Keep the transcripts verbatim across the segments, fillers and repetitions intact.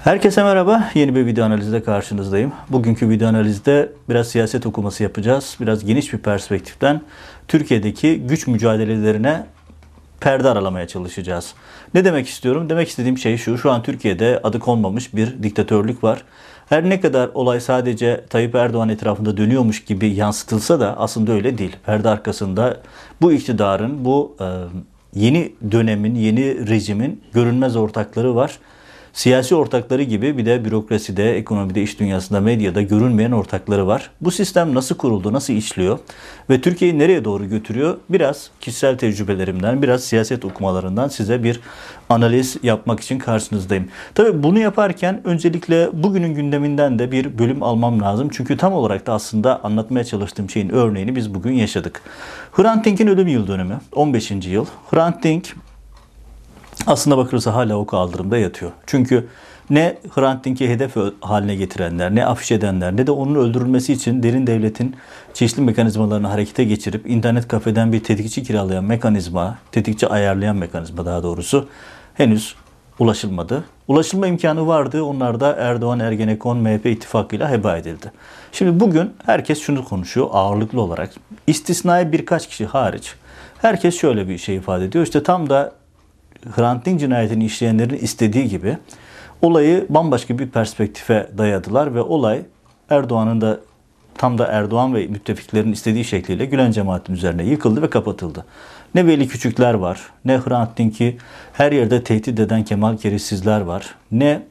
Herkese merhaba. Yeni bir video analizde karşınızdayım. Bugünkü video analizde biraz siyaset okuması yapacağız. Biraz geniş bir perspektiften Türkiye'deki güç mücadelelerine perde aralamaya çalışacağız. Ne demek istiyorum? Demek istediğim şey şu. Şu an Türkiye'de adı konmamış bir diktatörlük var. Her ne kadar olay sadece Tayyip Erdoğan etrafında dönüyormuş gibi yansıtılsa da aslında öyle değil. Perde arkasında bu iktidarın, bu e, yeni dönemin, yeni rejimin görünmez ortakları var. Siyasi ortakları gibi bir de bürokraside, ekonomide, iş dünyasında, medyada görünmeyen ortakları var. Bu sistem nasıl kuruldu, nasıl işliyor ve Türkiye'yi nereye doğru götürüyor? Biraz kişisel tecrübelerimden, biraz siyaset okumalarından size bir analiz yapmak için karşınızdayım. Tabii bunu yaparken öncelikle bugünün gündeminden de bir bölüm almam lazım. Çünkü tam olarak da aslında anlatmaya çalıştığım şeyin örneğini biz bugün yaşadık. Hrant Dink'in ölüm yıl dönümü, on beşinci yıl. Hrant Dink aslında bakılırsa hala o kaldırımda yatıyor. Çünkü ne Hrant Dink'i hedef haline getirenler, ne afiş edenler, ne de onun öldürülmesi için derin devletin çeşitli mekanizmalarını harekete geçirip internet kafeden bir tetikçi kiralayan mekanizma, tetikçi ayarlayan mekanizma daha doğrusu henüz ulaşılmadı. Ulaşılma imkanı vardı. Onlar da Erdoğan, Ergenekon, M H P ittifakıyla heba edildi. Şimdi bugün herkes şunu konuşuyor ağırlıklı olarak. İstisnai birkaç kişi hariç. Herkes şöyle bir şey ifade ediyor. İşte tam da Hrant Dink cinayetini işleyenlerin istediği gibi olayı bambaşka bir perspektife dayadılar ve olay Erdoğan'ın da tam da Erdoğan ve müttefiklerin istediği şekliyle Gülen cemaatinin üzerine yıkıldı ve kapatıldı. Ne Veli Küçükler var, ne Hrant Dink'i her yerde tehdit eden Kemal Kerişsizler var, ne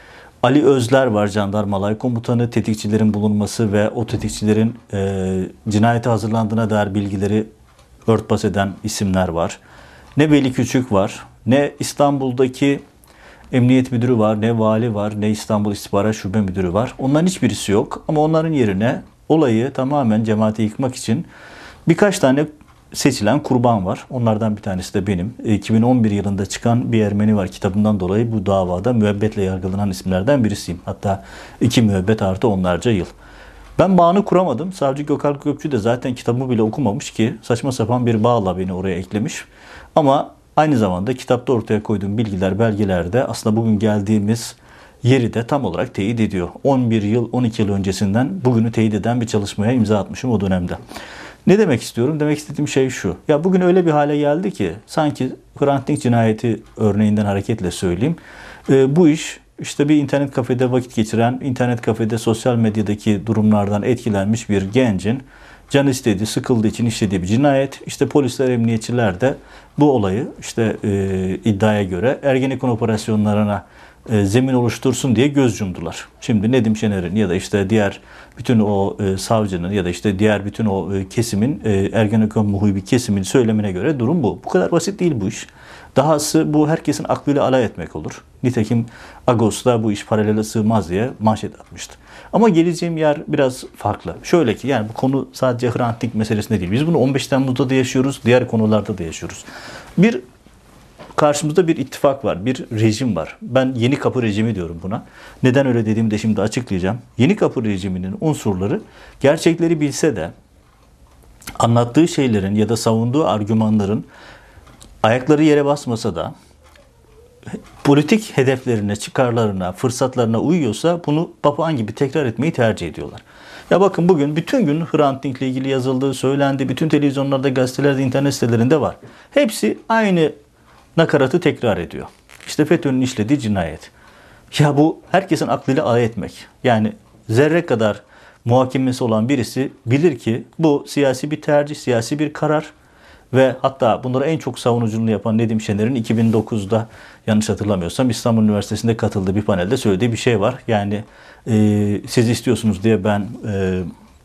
Ali Özler var, jandarmalay komutanı, tetikçilerin bulunması ve o tetikçilerin e, cinayete hazırlandığına dair bilgileri örtbas eden isimler var. Ne Veli Küçük var, ne İstanbul'daki emniyet müdürü var, ne vali var, ne İstanbul İstihbarat Şube Müdürü var. Onların hiçbirisi yok ama onların yerine olayı tamamen cemaati yıkmak için birkaç tane seçilen kurban var. Onlardan bir tanesi de benim. iki bin on bir yılında çıkan bir Ermeni var kitabından dolayı bu davada müebbetle yargılanan isimlerden birisiyim. Hatta iki müebbet artı onlarca yıl. Ben bağını kuramadım. Savcı Gökalp Gökçü de zaten kitabımı bile okumamış ki saçma sapan bir bağla beni oraya eklemiş. Ama aynı zamanda kitapta ortaya koyduğum bilgiler, belgelerde aslında bugün geldiğimiz yeri de tam olarak teyit ediyor. on bir yıl, on iki yıl öncesinden bugünü teyit eden bir çalışmaya imza atmışım o dönemde. Ne demek istiyorum? Demek istediğim şey şu. Ya bugün öyle bir hale geldi ki sanki Hrant Dink cinayeti örneğinden hareketle söyleyeyim. E, bu iş işte bir internet kafede vakit geçiren, internet kafede sosyal medyadaki durumlardan etkilenmiş bir gencin canı istediği, sıkıldığı için işlediği bir cinayet. İşte polisler, emniyetçiler de bu olayı işte e, iddiaya göre Ergenekon operasyonlarına e, zemin oluştursun diye göz yumdular. Şimdi Nedim Şener'in ya da işte diğer bütün o e, savcının ya da işte diğer bütün o e, kesimin e, Ergenekon muhibi kesimin söylemine göre durum bu. Bu kadar basit değil bu iş. Dahası bu herkesin aklıyla alay etmek olur. Nitekim Ağustos'ta bu iş paralele sığmaz diye manşet atmıştı. Ama geleceğim yer biraz farklı. Şöyle ki yani bu konu sadece Hrant Dink meselesinde değil. Biz bunu on beş Temmuz'da da yaşıyoruz, diğer konularda da yaşıyoruz. Bir karşımızda bir ittifak var, bir rejim var. Ben yeni kapı rejimi diyorum buna. Neden öyle dediğimi de şimdi açıklayacağım. Yeni kapı rejiminin unsurları gerçekleri bilse de anlattığı şeylerin ya da savunduğu argümanların ayakları yere basmasa da politik hedeflerine, çıkarlarına, fırsatlarına uyuyorsa bunu papağan gibi tekrar etmeyi tercih ediyorlar. Ya bakın bugün bütün gün Hrant Dink'le ilgili yazıldı, söylendi. Bütün televizyonlarda, gazetelerde, internet sitelerinde var. Hepsi aynı nakaratı tekrar ediyor. İşte FETÖ'nün işlediği cinayet. Ya bu herkesin aklıyla alay etmek. Yani zerre kadar muhakemesi olan birisi bilir ki bu siyasi bir tercih, siyasi bir karar. Ve hatta bunları en çok savunuculuğunu yapan Nedim Şener'in iki bin dokuzda yanlış hatırlamıyorsam İstanbul Üniversitesi'nde katıldığı bir panelde söylediği bir şey var. Yani e, siz istiyorsunuz diye ben e,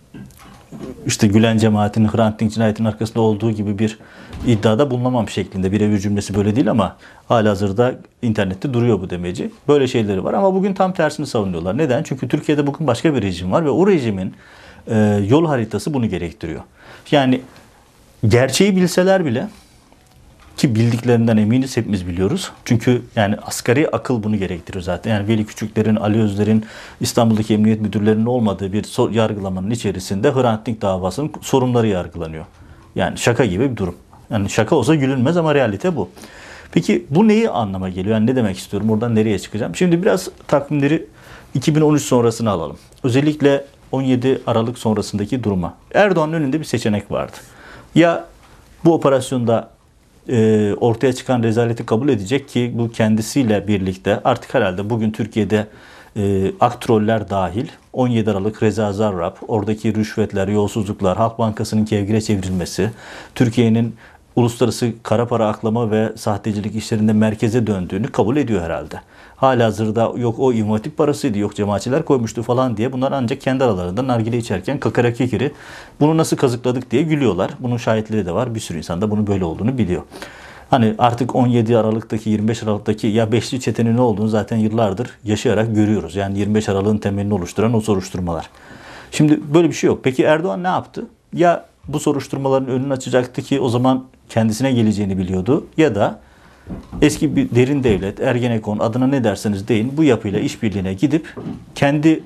işte Gülen cemaatinin Hrant Dink cinayetinin arkasında olduğu gibi bir iddiada bulunamam şeklinde. Birebir cümlesi böyle değil ama halihazırda internette duruyor bu demeci. Böyle şeyleri var ama bugün tam tersini savunuyorlar. Neden? Çünkü Türkiye'de bugün başka bir rejim var ve o rejimin e, yol haritası bunu gerektiriyor. Yani gerçeği bilseler bile ki bildiklerinden eminiz hepimiz biliyoruz. Çünkü yani asgari akıl bunu gerektiriyor zaten. Yani Veli Küçükler'in, Ali Özler'in, İstanbul'daki emniyet müdürlerinin olmadığı bir yargılamanın içerisinde Hrant Dink davasının sorumluları yargılanıyor. Yani şaka gibi bir durum. Yani şaka olsa gülünmez ama realite bu. Peki bu neyi anlama geliyor? Yani ne demek istiyorum? Oradan nereye çıkacağım? Şimdi biraz takvimleri iki bin on üç sonrasını alalım. Özellikle on yedi Aralık sonrasındaki duruma. Erdoğan'ın önünde bir seçenek vardı. Ya bu operasyonda e, ortaya çıkan rezaleti kabul edecek ki bu kendisiyle birlikte artık herhalde bugün Türkiye'de e, aktroller dahil on yedi Aralık Reza Zarrab, oradaki rüşvetler, yolsuzluklar, Halk Bankası'nın kevgire çevrilmesi, Türkiye'nin uluslararası kara para aklama ve sahtecilik işlerinde merkeze döndüğünü kabul ediyor herhalde. Halihazırda yok o İmam Hatip parasıydı, yok cemaatçiler koymuştu falan diye bunlar ancak kendi aralarında nargile içerken kakara kekiri bunu nasıl kazıkladık diye gülüyorlar. Bunun şahitleri de var. Bir sürü insan da bunun böyle olduğunu biliyor. Hani artık on yedi Aralık'taki, yirmi beş Aralık'taki ya beşli çetenin ne olduğunu zaten yıllardır yaşayarak görüyoruz. Yani yirmi beş Aralık'ın temelini oluşturan o soruşturmalar. Şimdi böyle bir şey yok. Peki Erdoğan ne yaptı? Ya bu soruşturmaların önünü açacaktı ki o zaman kendisine geleceğini biliyordu ya da eski bir derin devlet, Ergenekon adına ne derseniz deyin bu yapıyla işbirliğine gidip kendi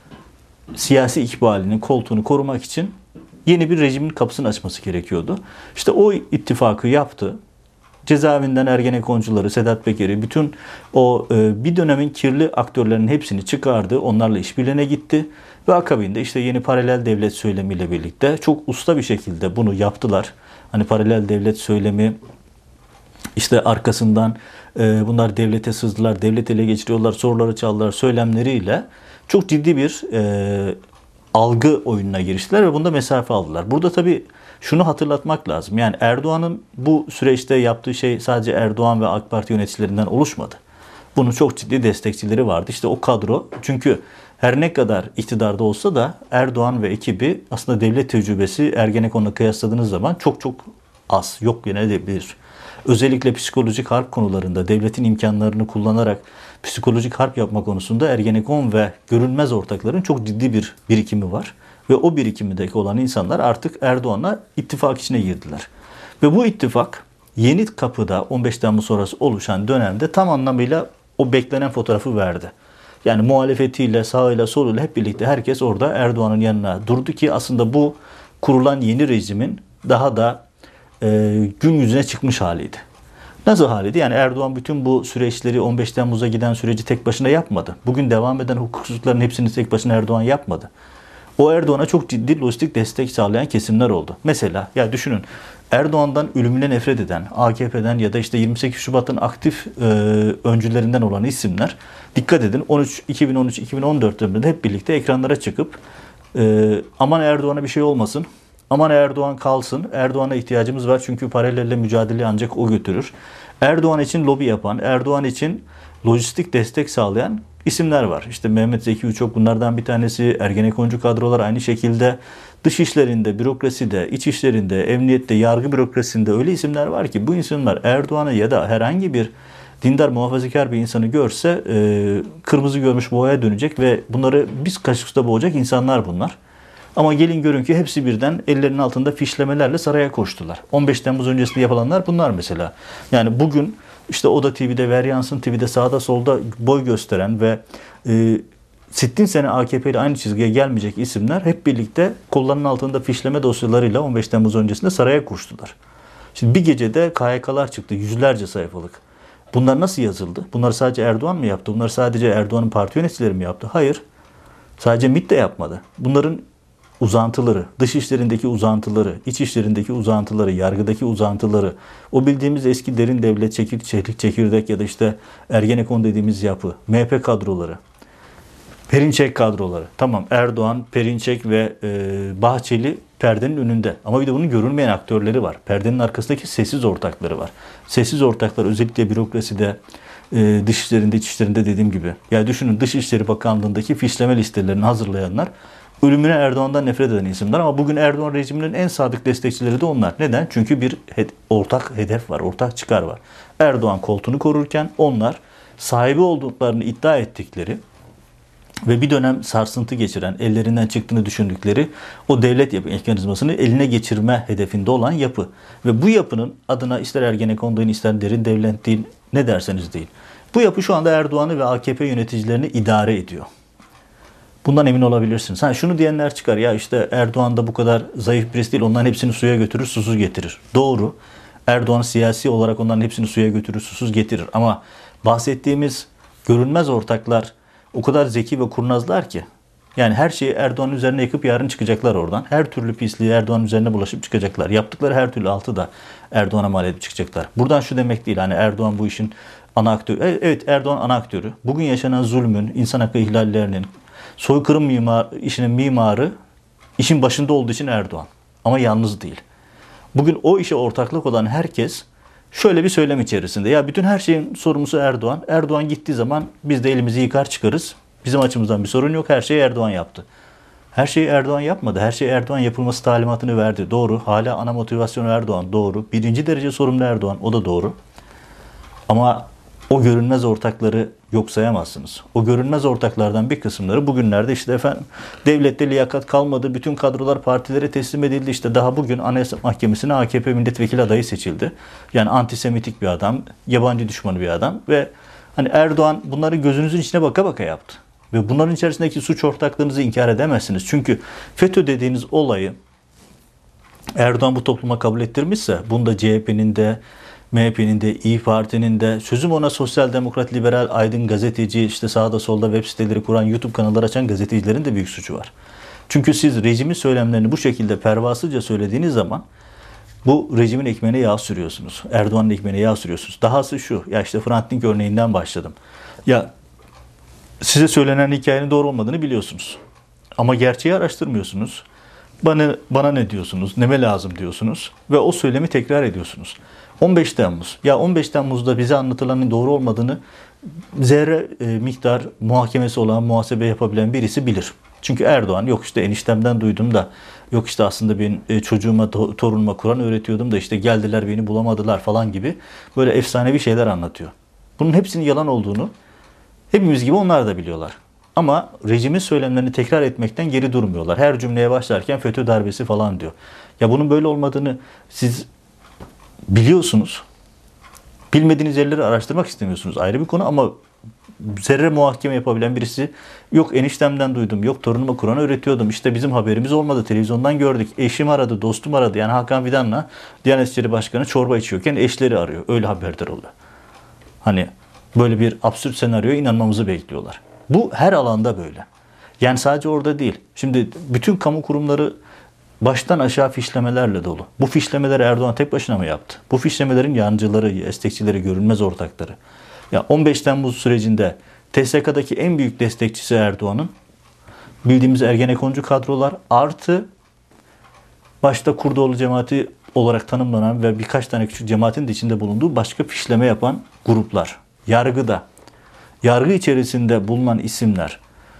siyasi ikbalinin koltuğunu korumak için yeni bir rejimin kapısını açması gerekiyordu. İşte o ittifakı yaptı. Cezaevinden Ergenekoncuları, Sedat Peker'i, bütün o e, bir dönemin kirli aktörlerinin hepsini çıkardı. Onlarla işbirliğine gitti. Ve akabinde işte yeni paralel devlet söylemiyle birlikte çok usta bir şekilde bunu yaptılar. Hani paralel devlet söylemi işte arkasından e, bunlar devlete sızdılar, devlet ele geçiriyorlar, soruları çaldılar söylemleriyle çok ciddi bir e, algı oyununa giriştiler ve bunda mesafe aldılar. Burada tabii şunu hatırlatmak lazım. Yani Erdoğan'ın bu süreçte yaptığı şey sadece Erdoğan ve AK Parti yöneticilerinden oluşmadı. Bunun çok ciddi destekçileri vardı. İşte o kadro çünkü her ne kadar iktidarda olsa da Erdoğan ve ekibi aslında devlet tecrübesi Ergenekon'la kıyasladığınız zaman çok çok az. Yok yine de bir. Özellikle psikolojik harp konularında devletin imkanlarını kullanarak psikolojik harp yapma konusunda Ergenekon ve görünmez ortakların çok ciddi bir birikimi var. Ve o birikimindeki olan insanlar artık Erdoğan'la ittifak içine girdiler. Ve bu ittifak Yeni Kapı'da on beş Temmuz sonrası oluşan dönemde tam anlamıyla o beklenen fotoğrafı verdi. Yani muhalefetiyle, sağıyla, soluyla hep birlikte herkes orada Erdoğan'ın yanına durdu ki aslında bu kurulan yeni rejimin daha da e, gün yüzüne çıkmış haliydi. Nasıl haliydi? Yani Erdoğan bütün bu süreçleri on beş Temmuz'a giden süreci tek başına yapmadı. Bugün devam eden hukuksuzlukların hepsini tek başına Erdoğan yapmadı. O Erdoğan'a çok ciddi lojistik destek sağlayan kesimler oldu. Mesela ya düşünün Erdoğan'dan ölümüne nefret eden, A K P'den ya da işte yirmi sekiz Şubat'ın aktif e, öncülerinden olan isimler dikkat edin on üç iki bin on üç iki bin on dört döneminde hep birlikte ekranlara çıkıp e, aman Erdoğan'a bir şey olmasın, aman Erdoğan kalsın, Erdoğan'a ihtiyacımız var çünkü paralelle mücadele ancak o götürür. Erdoğan için lobi yapan, Erdoğan için lojistik destek sağlayan isimler var. İşte Mehmet Zeki Uçok bunlardan bir tanesi, Ergenekoncu kadrolar aynı şekilde dış işlerinde, bürokraside, iç işlerinde, emniyette, yargı bürokrasisinde öyle isimler var ki bu insanlar Erdoğan'ı ya da herhangi bir dindar muhafazakar bir insanı görse e, kırmızı görmüş boğaya dönecek ve bunları biz kaşıkta boğacak insanlar bunlar. Ama gelin görün ki hepsi birden ellerinin altında fişlemelerle saraya koştular. on beş Temmuz öncesinde yapılanlar bunlar mesela. Yani bugün işte Oda T V'de, Veryansın T V'de sağda solda boy gösteren ve e, sittin sene A K P ile aynı çizgiye gelmeyecek isimler hep birlikte kollarının altında fişleme dosyalarıyla on beş Temmuz öncesinde saraya koştular. Şimdi bir gecede K Y K'lar çıktı, yüzlerce sayfalık. Bunlar nasıl yazıldı? Bunları sadece Erdoğan mı yaptı? Bunları sadece Erdoğan'ın parti yöneticileri mi yaptı? Hayır. Sadece MİT de yapmadı. Bunların uzantıları, dış işlerindeki uzantıları, iç işlerindeki uzantıları, yargıdaki uzantıları, o bildiğimiz eski derin devlet çekir, çekir, çekirdek ya da işte Ergenekon dediğimiz yapı, M H P kadroları, Perinçek kadroları. Tamam Erdoğan, Perinçek ve e, Bahçeli perdenin önünde. Ama bir de bunun görünmeyen aktörleri var. Perdenin arkasındaki sessiz ortakları var. Sessiz ortaklar özellikle bürokraside, e, dış işlerinde, iç işlerinde dediğim gibi. Yani düşünün Dışişleri Bakanlığı'ndaki fişleme listelerini hazırlayanlar ölümüne Erdoğan'dan nefret eden isimler ama bugün Erdoğan rejiminin en sadık destekçileri de onlar. Neden? Çünkü bir he- ortak hedef var, ortak çıkar var. Erdoğan koltuğunu korurken onlar sahibi olduklarını iddia ettikleri ve bir dönem sarsıntı geçiren, ellerinden çıktığını düşündükleri o devlet yapı mekanizmasını eline geçirme hedefinde olan yapı. Ve bu yapının adına ister Ergenekon deyin, ister derin devlet deyin, ne derseniz deyin. Bu yapı şu anda Erdoğan'ı ve A K P yöneticilerini idare ediyor. Bundan emin olabilirsiniz. Ha, şunu diyenler çıkar ya işte Erdoğan da bu kadar zayıf birisi değil. Onların hepsini suya götürür, susuz getirir. Doğru. Erdoğan siyasi olarak onların hepsini suya götürür, susuz getirir. Ama bahsettiğimiz görünmez ortaklar o kadar zeki ve kurnazlar ki. Yani her şeyi Erdoğan üzerine yıkıp yarın çıkacaklar oradan. Her türlü pisliği Erdoğan üzerine bulaşıp çıkacaklar. Yaptıkları her türlü altı da Erdoğan'a mal edip çıkacaklar. Buradan şu demek değil, hani Erdoğan bu işin ana aktörü. Evet, Erdoğan ana aktörü. Bugün yaşanan zulmün, insan hakkı ihlallerinin, soykırım mimar, işinin mimarı işin başında olduğu için Erdoğan. Ama yalnız değil. Bugün o işe ortaklık olan herkes şöyle bir söylem içerisinde. Ya bütün her şeyin sorumlusu Erdoğan. Erdoğan gittiği zaman biz de elimizi yıkar çıkarız. Bizim açımızdan bir sorun yok. Her şeyi Erdoğan yaptı. Her şeyi Erdoğan yapmadı. Her şey Erdoğan yapılması talimatını verdi. Doğru. Hala ana motivasyonu Erdoğan. Doğru. Birinci derece sorumlu Erdoğan. O da doğru. Ama o görünmez ortakları yok sayamazsınız. O görünmez ortaklardan bir kısımları bugünlerde işte efendim devlette liyakat kalmadı. Bütün kadrolar partilere teslim edildi. İşte daha bugün Anayasa Mahkemesi'ne A K P milletvekili adayı seçildi. Yani antisemitik bir adam, yabancı düşmanı bir adam ve hani Erdoğan bunları gözünüzün içine baka baka yaptı. Ve bunların içerisindeki suç ortaklığınızı inkar edemezsiniz. Çünkü FETÖ dediğiniz olayı Erdoğan bu topluma kabul ettirmişse bunda C H P'nin de M H P'nin de, İYİ Parti'nin de, sözüm ona sosyal demokrat, liberal, aydın gazeteci, işte sağda solda web siteleri kuran, YouTube kanalları açan gazetecilerin de büyük suçu var. Çünkü siz rejimin söylemlerini bu şekilde pervasızca söylediğiniz zaman bu rejimin ekmeğine yağ sürüyorsunuz. Erdoğan'ın ekmeğine yağ sürüyorsunuz. Dahası şu, ya işte Hrant Dink örneğinden başladım. Ya size söylenen hikayenin doğru olmadığını biliyorsunuz. Ama gerçeği araştırmıyorsunuz. Bana, bana ne diyorsunuz, neme lazım diyorsunuz ve o söylemi tekrar ediyorsunuz. on beş Temmuz. Ya on beş Temmuz'da bize anlatılanın doğru olmadığını zerre e, miktar muhakemesi olan, muhasebe yapabilen birisi bilir. Çünkü Erdoğan yok işte eniştemden duydum da yok işte aslında ben e, çocuğuma, to- torunuma Kur'an öğretiyordum da işte geldiler beni bulamadılar falan gibi böyle efsanevi şeyler anlatıyor. Bunun hepsinin yalan olduğunu hepimiz gibi onlar da biliyorlar. Ama rejimin söylemlerini tekrar etmekten geri durmuyorlar. Her cümleye başlarken FETÖ darbesi falan diyor. Ya bunun böyle olmadığını siz biliyorsunuz. Bilmediğiniz yerleri araştırmak istemiyorsunuz. Ayrı bir konu ama zerre muhakeme yapabilen birisi yok eniştemden duydum, yok torunuma Kur'an öğretiyordum, işte bizim haberimiz olmadı, televizyondan gördük, eşim aradı, dostum aradı. Yani Hakan Fidan'la Diyanet İşleri Başkanı çorba içiyorken eşleri arıyor. Öyle haberdar oluyor. Hani böyle bir absürt senaryoya inanmamızı bekliyorlar. Bu her alanda böyle. Yani sadece orada değil. Şimdi bütün kamu kurumları baştan aşağı fişlemelerle dolu. Bu fişlemeleri Erdoğan tek başına mı yaptı? Bu fişlemelerin yancıları, destekçileri, görünmez ortakları. Ya on beş Temmuz sürecinde T S K'daki en büyük destekçisi Erdoğan'ın bildiğimiz Ergenekoncu kadrolar artı başta Kurdoğlu cemaati olarak tanımlanan ve birkaç tane küçük cemaatin de içinde bulunduğu başka fişleme yapan gruplar. Yargıda, yargı içerisinde bulunan isimler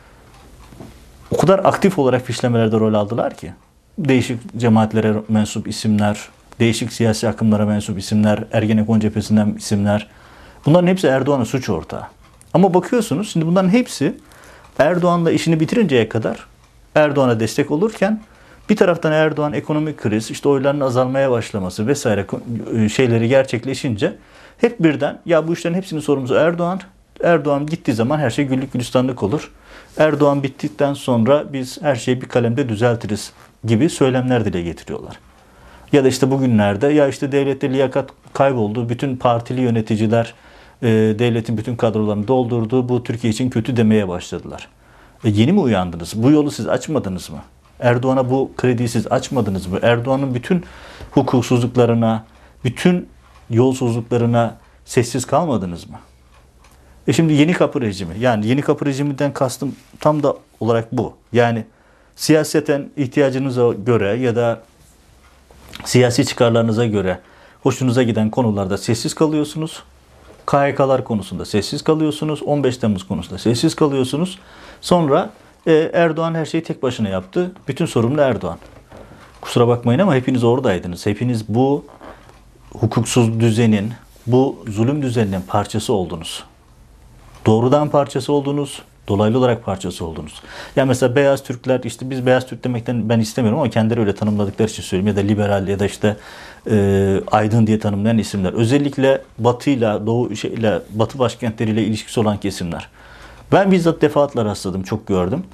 o kadar aktif olarak fişlemelerde rol aldılar ki değişik cemaatlere mensup isimler, değişik siyasi akımlara mensup isimler, Ergenekon cephesinden isimler. Bunların hepsi Erdoğan'a suç ortağı. Ama bakıyorsunuz şimdi bunların hepsi Erdoğan'la işini bitirinceye kadar Erdoğan'a destek olurken bir taraftan Erdoğan ekonomik kriz, işte oyların azalmaya başlaması vesaire şeyleri gerçekleşince hep birden ya bu işlerin hepsinin sorumlusu Erdoğan. Erdoğan gittiği zaman her şey güllük gülistanlık olur. Erdoğan bittikten sonra biz her şeyi bir kalemde düzeltiriz gibi söylemler dile getiriyorlar. Ya da işte bugünlerde ya işte devlette liyakat kayboldu. Bütün partili yöneticiler e, devletin bütün kadrolarını doldurdu. Bu Türkiye için kötü demeye başladılar. E, yeni mi uyandınız? Bu yolu siz açmadınız mı? Erdoğan'a bu krediyi siz açmadınız mı? Erdoğan'ın bütün hukuksuzluklarına, bütün yolsuzluklarına sessiz kalmadınız mı? E şimdi yeni kapı rejimi. Yani yeni kapı rejiminden kastım tam da olarak bu. Yani siyaseten ihtiyacınıza göre ya da siyasi çıkarlarınıza göre hoşunuza giden konularda sessiz kalıyorsunuz. K H K'lar konusunda sessiz kalıyorsunuz. on beş Temmuz konusunda sessiz kalıyorsunuz. Sonra e, Erdoğan her şeyi tek başına yaptı. Bütün sorumlu Erdoğan. Kusura bakmayın ama hepiniz oradaydınız. Hepiniz bu hukuksuz düzenin, bu zulüm düzeninin parçası oldunuz. Doğrudan parçası oldunuz, dolaylı olarak parçası oldunuz. Yani mesela beyaz Türkler, işte biz beyaz Türk demekten ben istemiyorum ama kendileri öyle tanımladıkları için söyleyeyim. Ya da liberal ya da işte e, aydın diye tanımlayan isimler. Özellikle batıyla, doğu şeyle, batı başkentleriyle ilişkisi olan kesimler. Ben bizzat defaatler rastladım, çok gördüm.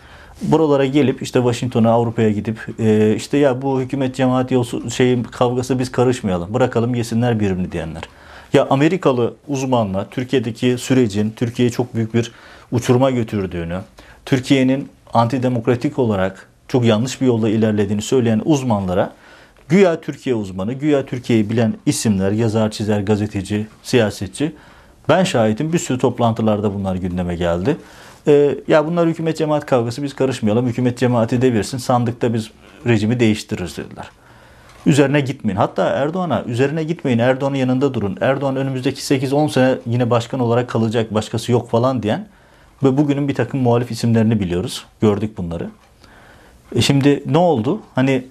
buralara gelip işte Washington'a, Avrupa'ya gidip e, işte ya bu hükümet cemaat yolsu, şeyin kavgası biz karışmayalım. Bırakalım yesinler birbirini diyenler. Ya Amerikalı uzmanlar Türkiye'deki sürecin Türkiye'ye çok büyük bir uçuruma götürdüğünü, Türkiye'nin antidemokratik olarak çok yanlış bir yolda ilerlediğini söyleyen uzmanlara güya Türkiye uzmanı, güya Türkiye'yi bilen isimler, yazar, çizer, gazeteci, siyasetçi, ben şahidim, bir sürü toplantılarda bunlar gündeme geldi. Ee, ya bunlar hükümet cemaat kavgası, biz karışmayalım, hükümet cemaati devirsin, sandıkta biz rejimi değiştiririz dediler. Üzerine gitmeyin. Hatta Erdoğan'a üzerine gitmeyin, Erdoğan'ın yanında durun. Erdoğan önümüzdeki sekiz on sene yine başkan olarak kalacak, başkası yok falan diyen ve bugünün bir takım muhalif isimlerini biliyoruz. Gördük bunları. E şimdi ne oldu? Hani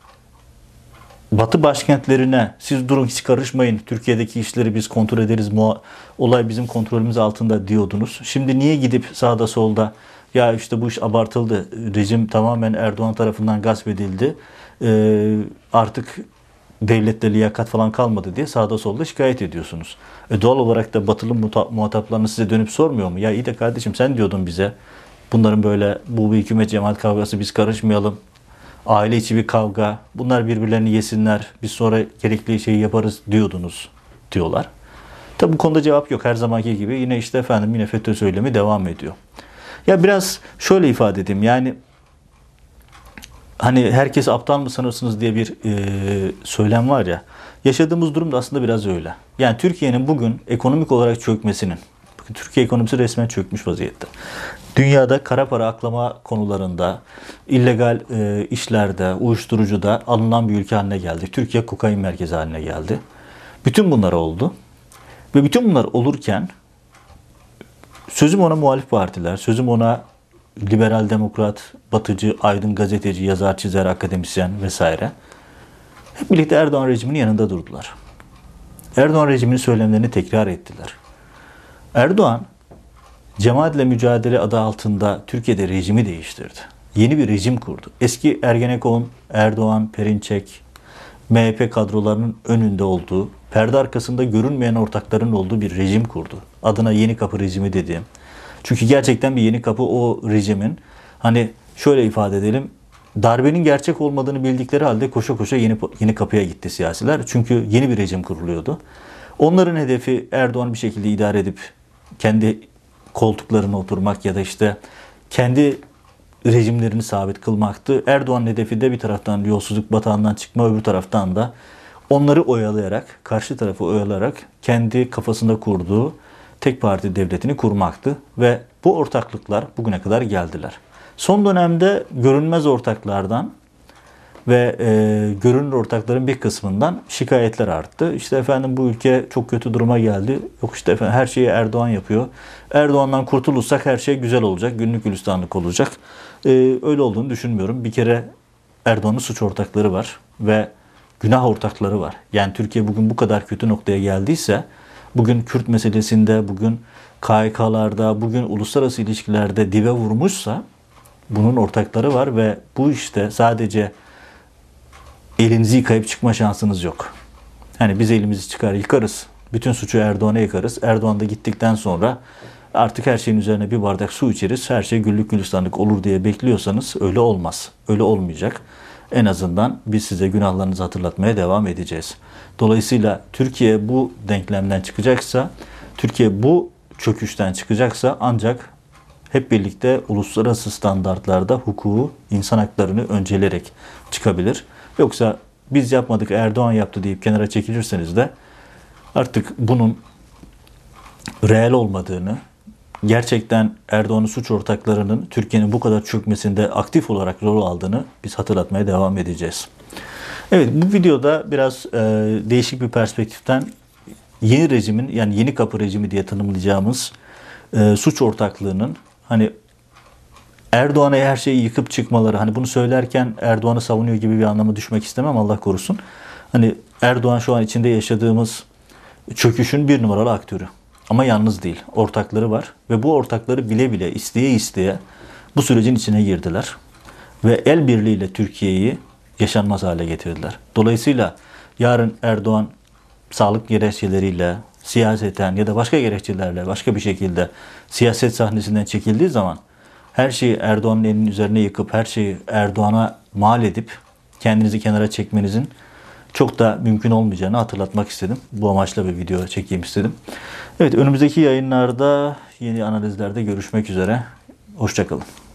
Batı başkentlerine siz durun, hiç karışmayın, Türkiye'deki işleri biz kontrol ederiz, olay bizim kontrolümüz altında diyordunuz. Şimdi niye gidip sağda solda ya işte bu iş abartıldı, rejim tamamen Erdoğan tarafından gasp edildi, ee, artık devlette liyakat falan kalmadı diye sağda solda şikayet ediyorsunuz. E doğal olarak da batılı muhataplarınız size dönüp sormuyor mu? Ya iyi de kardeşim sen diyordun bize bunların böyle, bu bir hükümet cemaat kavgası, biz karışmayalım. Aile içi bir kavga, bunlar birbirlerini yesinler, biz sonra gerekli şeyi yaparız diyordunuz diyorlar. Tabi bu konuda cevap yok, her zamanki gibi yine işte efendim yine FETÖ söylemi devam ediyor. Ya biraz şöyle ifade edeyim, yani hani herkes aptal mı sanırsınız diye bir e, söylem var ya, yaşadığımız durum da aslında biraz öyle. Yani Türkiye'nin bugün ekonomik olarak çökmesinin, bakın Türkiye ekonomisi resmen çökmüş vaziyette. Dünyada kara para aklama konularında, illegal e, işlerde, uyuşturucuda alınan bir ülke haline geldi. Türkiye kokain merkezi haline geldi. Bütün bunlar oldu. Ve bütün bunlar olurken sözüm ona muhalif partiler, sözüm ona liberal demokrat, batıcı, aydın gazeteci, yazar, çizer, akademisyen vesaire hep birlikte Erdoğan rejiminin yanında durdular. Erdoğan rejiminin söylemlerini tekrar ettiler. Erdoğan cemaatle mücadele adı altında Türkiye'de rejimi değiştirdi. Yeni bir rejim kurdu. Eski Ergenekon, Erdoğan, Perinçek, M H P kadrolarının önünde olduğu, perde arkasında görünmeyen ortakların olduğu bir rejim kurdu. Adına Yeni Kapı rejimi dediğim. Çünkü gerçekten bir Yeni Kapı o rejimin, hani şöyle ifade edelim, darbenin gerçek olmadığını bildikleri halde koşa koşa yeni, yeni kapıya gitti siyasiler. Çünkü yeni bir rejim kuruluyordu. Onların hedefi Erdoğan bir şekilde idare edip kendi koltuklarına oturmak ya da işte kendi rejimlerini sabit kılmaktı. Erdoğan'ın hedefi de bir taraftan yolsuzluk batağından çıkma, öbür taraftan da onları oyalayarak, karşı tarafı oyalayarak kendi kafasında kurduğu tek parti devletini kurmaktı. Ve bu ortaklıklar bugüne kadar geldiler. Son dönemde görünmez ortaklardan ve e, görünür ortakların bir kısmından şikayetler arttı. İşte efendim bu ülke çok kötü duruma geldi. Yok işte efendim her şeyi Erdoğan yapıyor. Erdoğan'dan kurtulursak her şey güzel olacak, güllük gülistanlık olacak. E, öyle olduğunu düşünmüyorum. Bir kere Erdoğan'ın suç ortakları var ve günah ortakları var. Yani Türkiye bugün bu kadar kötü noktaya geldiyse, bugün Kürt meselesinde, bugün K H K'larda, bugün uluslararası ilişkilerde dibe vurmuşsa bunun ortakları var ve bu işte sadece elinizi yıkayıp çıkma şansınız yok. Hani biz elimizi çıkar yıkarız, bütün suçu Erdoğan'a yıkarız. Erdoğan da gittikten sonra artık her şeyin üzerine bir bardak su içeriz, her şey güllük gülistanlık olur diye bekliyorsanız öyle olmaz. Öyle olmayacak. En azından biz size günahlarınızı hatırlatmaya devam edeceğiz. Dolayısıyla Türkiye bu denklemden çıkacaksa, Türkiye bu çöküşten çıkacaksa ancak hep birlikte uluslararası standartlarda hukuku, insan haklarını öncelerek çıkabilir. Yoksa biz yapmadık, Erdoğan yaptı deyip kenara çekilirseniz de artık bunun reel olmadığını, gerçekten Erdoğan'ın suç ortaklarının Türkiye'nin bu kadar çökmesinde aktif olarak rol aldığını biz hatırlatmaya devam edeceğiz. Evet, bu videoda biraz e, değişik bir perspektiften yeni rejimin, yani Yeni Kapı rejimi diye tanımlayacağımız e, suç ortaklığının, hani Erdoğan'a her şeyi yıkıp çıkmaları, hani bunu söylerken Erdoğan'ı savunuyor gibi bir anlama düşmek istemem, Allah korusun. Hani Erdoğan şu an içinde yaşadığımız çöküşün bir numaralı aktörü. Ama yalnız değil, ortakları var ve bu ortakları bile bile, isteye isteye bu sürecin içine girdiler. Ve el birliğiyle Türkiye'yi yaşanmaz hale getirdiler. Dolayısıyla yarın Erdoğan sağlık gerekçeleriyle, siyaseten ya da başka gerekçelerle başka bir şekilde siyaset sahnesinden çekildiği zaman her şeyi Erdoğan'ın elinin üzerine yıkıp her şeyi Erdoğan'a mal edip kendinizi kenara çekmenizin çok da mümkün olmayacağını hatırlatmak istedim. Bu amaçla bir video çekeyim istedim. Evet, önümüzdeki yayınlarda yeni analizlerde görüşmek üzere. Hoşça kalın.